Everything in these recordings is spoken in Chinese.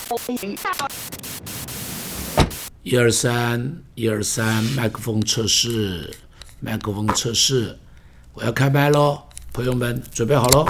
一二三，麦克风测试，我要开麦咯，朋友们准备好咯。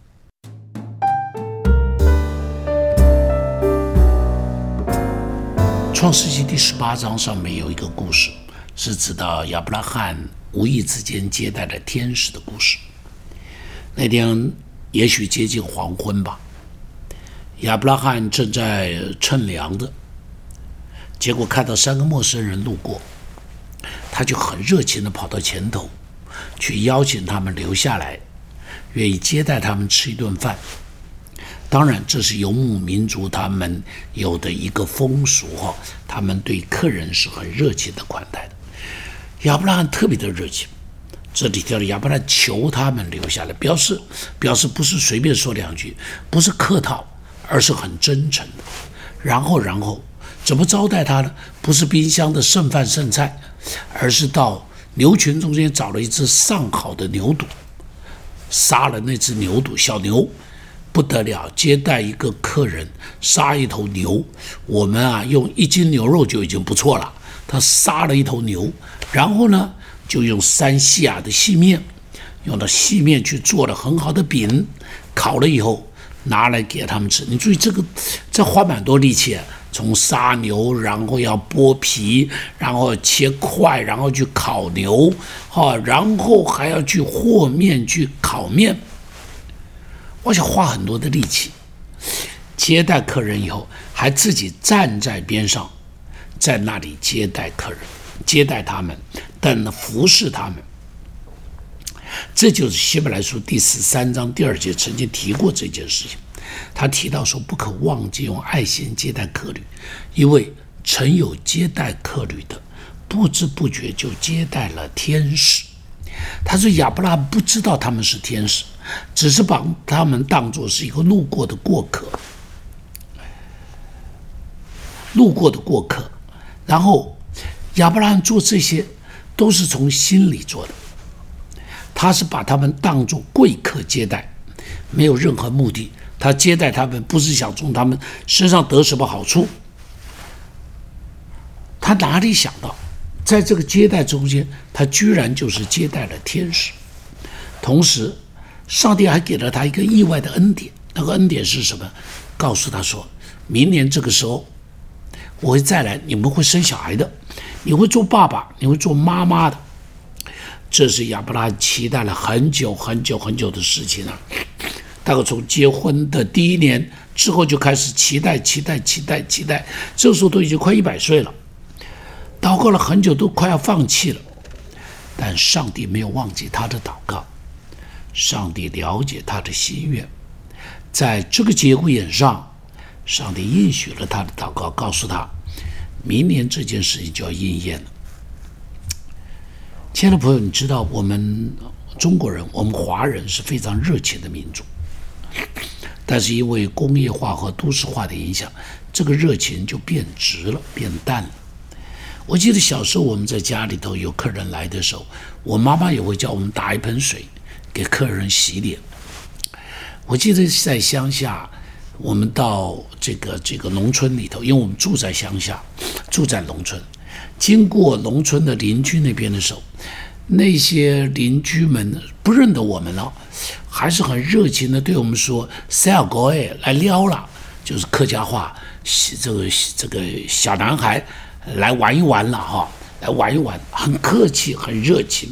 创世纪第18章上面有一个故事，是指到亚伯拉罕无意之间接待了天使的故事。那天也许接近黄昏吧，亚伯拉罕正在称粮的，结果看到3个陌生人路过，他就很热情地跑到前头去邀请他们留下来，愿意接待他们吃一顿饭。当然这是游牧民族他们有的一个风俗，他们对客人是很热情的款待的。亚伯拉罕特别的热情，这里叫亚伯拉罕求他们留下来，表示不是随便说2句，不是客套，而是很真诚的。然后怎么招待他呢？不是冰箱的剩饭剩菜，而是到牛群中间找了一只上好的牛犊，杀了那只牛犊，小牛不得了，接待一个客人，杀一头牛，我们用1斤牛肉就已经不错了，他杀了一头牛，然后呢就用3西亚的细面，用到细面去做了很好的饼，烤了以后拿来给他们吃。你注意这花蛮多力气，从杀牛，然后要剥皮，然后切块，然后去烤牛，然后还要去和面，去烤面。我想花很多的力气，接待客人以后，还自己站在边上，在那里接待客人，接待他们，服侍他们。这就是希伯来书第13章第2节曾经提过这件事情。他提到说，不可忘记用爱心接待客旅，因为曾有接待客旅的，不知不觉就接待了天使。他说亚伯拉罕不知道他们是天使，只是把他们当作是一个路过的过客，然后亚伯拉罕做这些都是从心里做的，他是把他们当作贵客接待，没有任何目的。他接待他们不是想从他们身上得什么好处，他哪里想到在这个接待中间，他居然就是接待了天使。同时上帝还给了他一个意外的恩典，那个恩典是什么？告诉他说，明年这个时候我会再来，你们会生小孩的，你会做爸爸，你会做妈妈的。这是亚伯拉罕期待了很久的事情了，大概从结婚的第1年之后就开始期待，这时候都已经快100岁了，祷告了很久，都快要放弃了。但上帝没有忘记他的祷告，上帝了解他的心愿，在这个节骨眼上，上帝应许了他的祷告，告诉他明年这件事情就要应验了。亲爱的朋友，你知道我们中国人，我们华人是非常热情的民族，但是因为工业化和都市化的影响，这个热情就变质了，变淡了。我记得小时候我们在家里头有客人来的时候，我妈妈也会叫我们打一盆水给客人洗脸。我记得在乡下，我们到这个农村里头，因为我们住在乡下，住在农村，经过农村的邻居那边的时候，那些邻居们不认得我们了，还是很热情的对我们说塞尔高哎来撩了，就是客家话，这个小男孩来玩一玩了来玩一玩，很客气很热情。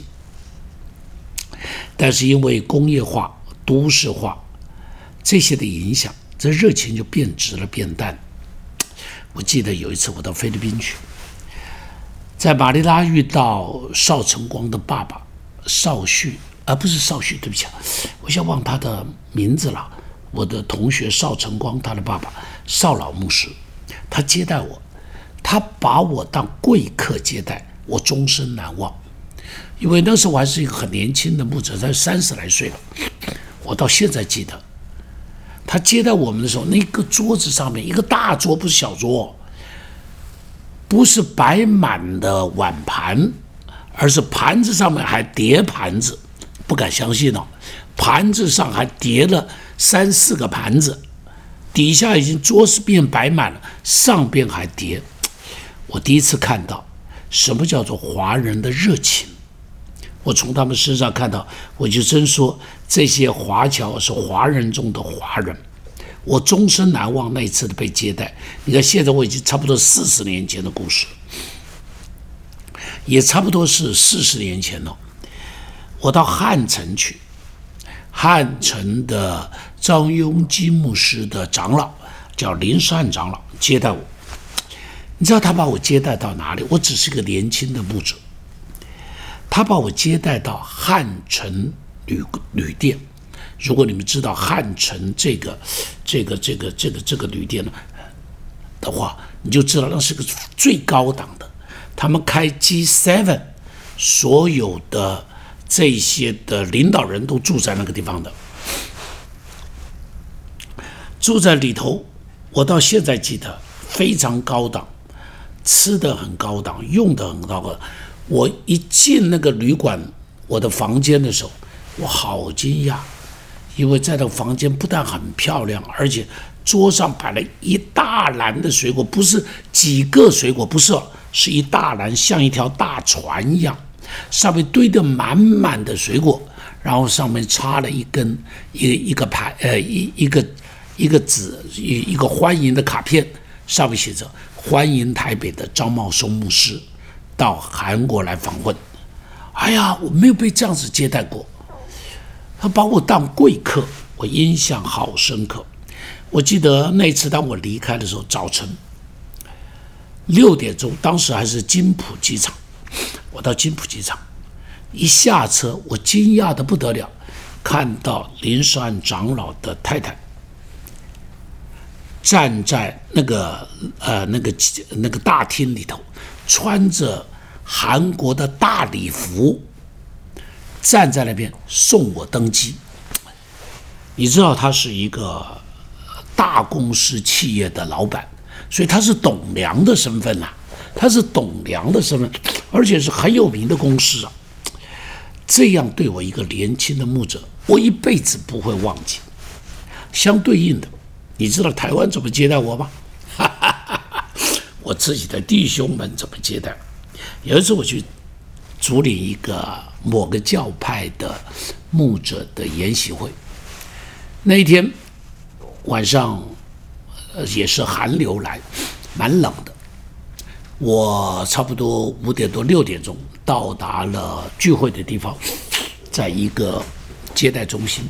但是因为工业化都市化这些的影响，这热情就变质了，变淡。我记得有一次我到菲律宾去，在马尼拉遇到邵晨光的爸爸邵旭，不是邵旭，对不起，我想忘他的名字了。我的同学邵晨光，他的爸爸邵老牧师，他接待我，他把我当贵客接待，我终身难忘。因为那时候我还是一个很年轻的牧者，才30来岁了，我到现在记得他接待我们的时候，那个桌子上面一个大桌，不是小桌，不是摆满的碗盘，而是盘子上面还叠盘子，不敢相信盘子上还叠了3、4个盘子， 底下已经桌子边摆满了，上边还叠。我第一次看到什么叫做华人的热情。我从他们身上看到，我就真说这些华侨是华人中的华人。我终身难忘那一次的被接待。你看，现在我已经差不多40年前的故事，也差不多是40年前了。我到汉城去，汉城的张雍基牧师的长老叫林善长老接待我。你知道他把我接待到哪里？我只是个年轻的牧者，他把我接待到汉城旅店。如果你们知道汉城这个旅店的话，你就知道那是个最高档的。他们开 G7， 所有的这些的领导人都住在那个地方的，住在里头。我到现在记得非常高档，吃的很高档，用的很高档。我一进那个旅馆我的房间的时候，我好惊讶，因为在那个房间不但很漂亮，而且桌上摆了一大篮的水果，不是几个水果，不是，是一大篮，像一条大船一样，上面堆得满满的水果，然后上面插了一根一个牌一个纸一个欢迎的卡片，上面写着欢迎台北的张茂松牧师到韩国来访问。哎呀，我没有被这样子接待过，他把我当贵客，我印象好深刻。我记得那次当我离开的时候，早晨6点钟，当时还是金浦机场，我到金浦机场一下车，我惊讶的不得了，看到林善长老的太太站在那个大厅里头，穿着韩国的大礼服，站在那边送我登机。你知道他是一个大公司企业的老板，所以他是董梁的身份啊，他是董梁的身份，而且是很有名的公司啊。这样对我一个年轻的牧者，我一辈子不会忘记。相对应的，你知道台湾怎么接待我吗？我自己的弟兄们怎么接待？有一次我去主领一个某个教派的牧者的研习会，那一天晚上也是寒流来，蛮冷的。我差不多5点多6点钟到达了聚会的地方，在一个接待中心。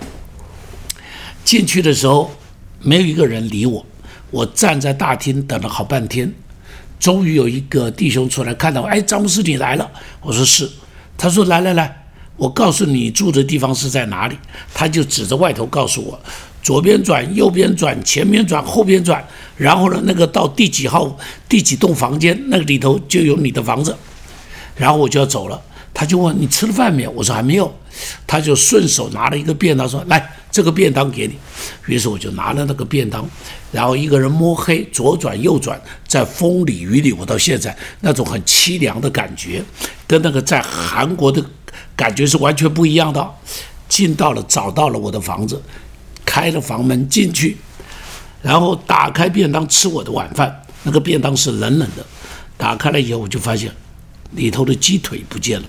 进去的时候没有一个人理我，我站在大厅等了好半天，终于有一个弟兄出来看到我，哎，张牧师你来了。我说是。他说来，我告诉你住的地方是在哪里。他就指着外头告诉我，左边转，右边转，前面转，后边转，然后呢，那个到第几号第几栋房间，那个里头就有你的房子。然后我就要走了，他就问你吃了饭没有？我说还没有。他就顺手拿了一个便当，说来，这个便当给你。于是我就拿了那个便当，然后一个人摸黑左转右转，在风里雨里，我到现在那种很凄凉的感觉，跟那个在韩国的感觉是完全不一样的。找到了我的房子，开了房门进去，然后打开便当吃我的晚饭。那个便当是冷冷的，打开了以后我就发现里头的鸡腿不见了。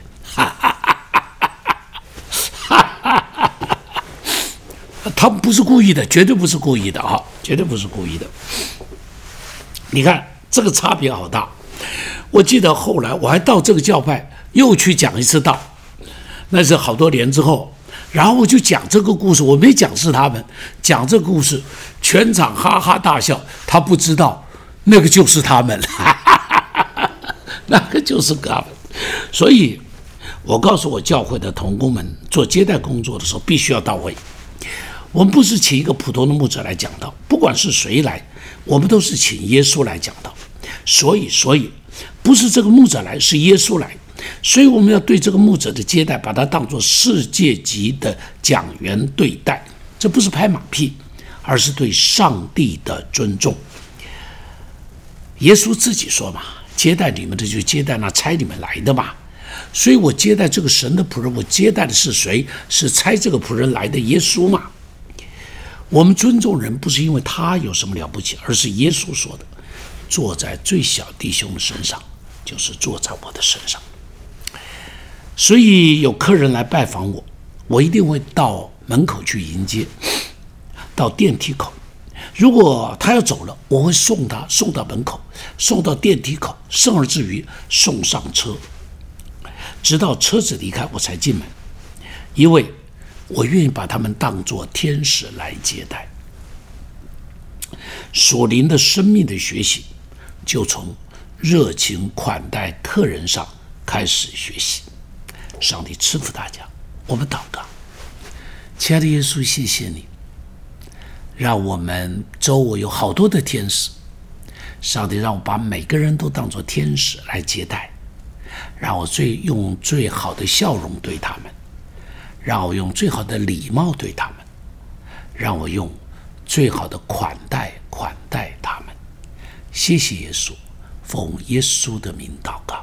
他们不是故意的，绝对不是故意的啊，绝对不是故意的。你看这个差别好大。我记得后来我还到这个教派又去讲一次道，那是好多年之后，然后我就讲这个故事，我没讲是他们讲这个故事，全场哈哈大笑。他不知道那个就是他们，那个就是他们。所以我告诉我教会的同工们，做接待工作的时候必须要到位。我们不是请一个普通的牧者来讲道，不管是谁来，我们都是请耶稣来讲道。所以不是这个牧者来，是耶稣来。所以我们要对这个牧者的接待，把他当作世界级的讲员对待。这不是拍马屁，而是对上帝的尊重。耶稣自己说嘛，接待你们的就接待那差你们来的嘛。所以我接待这个神的仆人，我接待的是谁？是差这个仆人来的耶稣嘛。 我们尊重人不是因为他有什么了不起，而是耶稣说的，坐在最小弟兄的身上，就是坐在我的身上。所以有客人来拜访我，我一定会到门口去迎接，到电梯口。如果他要走了，我会送他送到门口，送到电梯口，甚而至于送上车，直到车子离开我才进门，因为我愿意把他们当作天使来接待。属灵的生命的学习，就从热情款待客人上开始学习。上帝赐福大家，我们祷告。亲爱的耶稣，谢谢你，让我们周围有好多的天使。上帝让我把每个人都当作天使来接待，让我用最好的笑容对他们，让我用最好的礼貌对他们，让我用最好的款待他们。谢谢耶稣，奉耶稣的名祷告。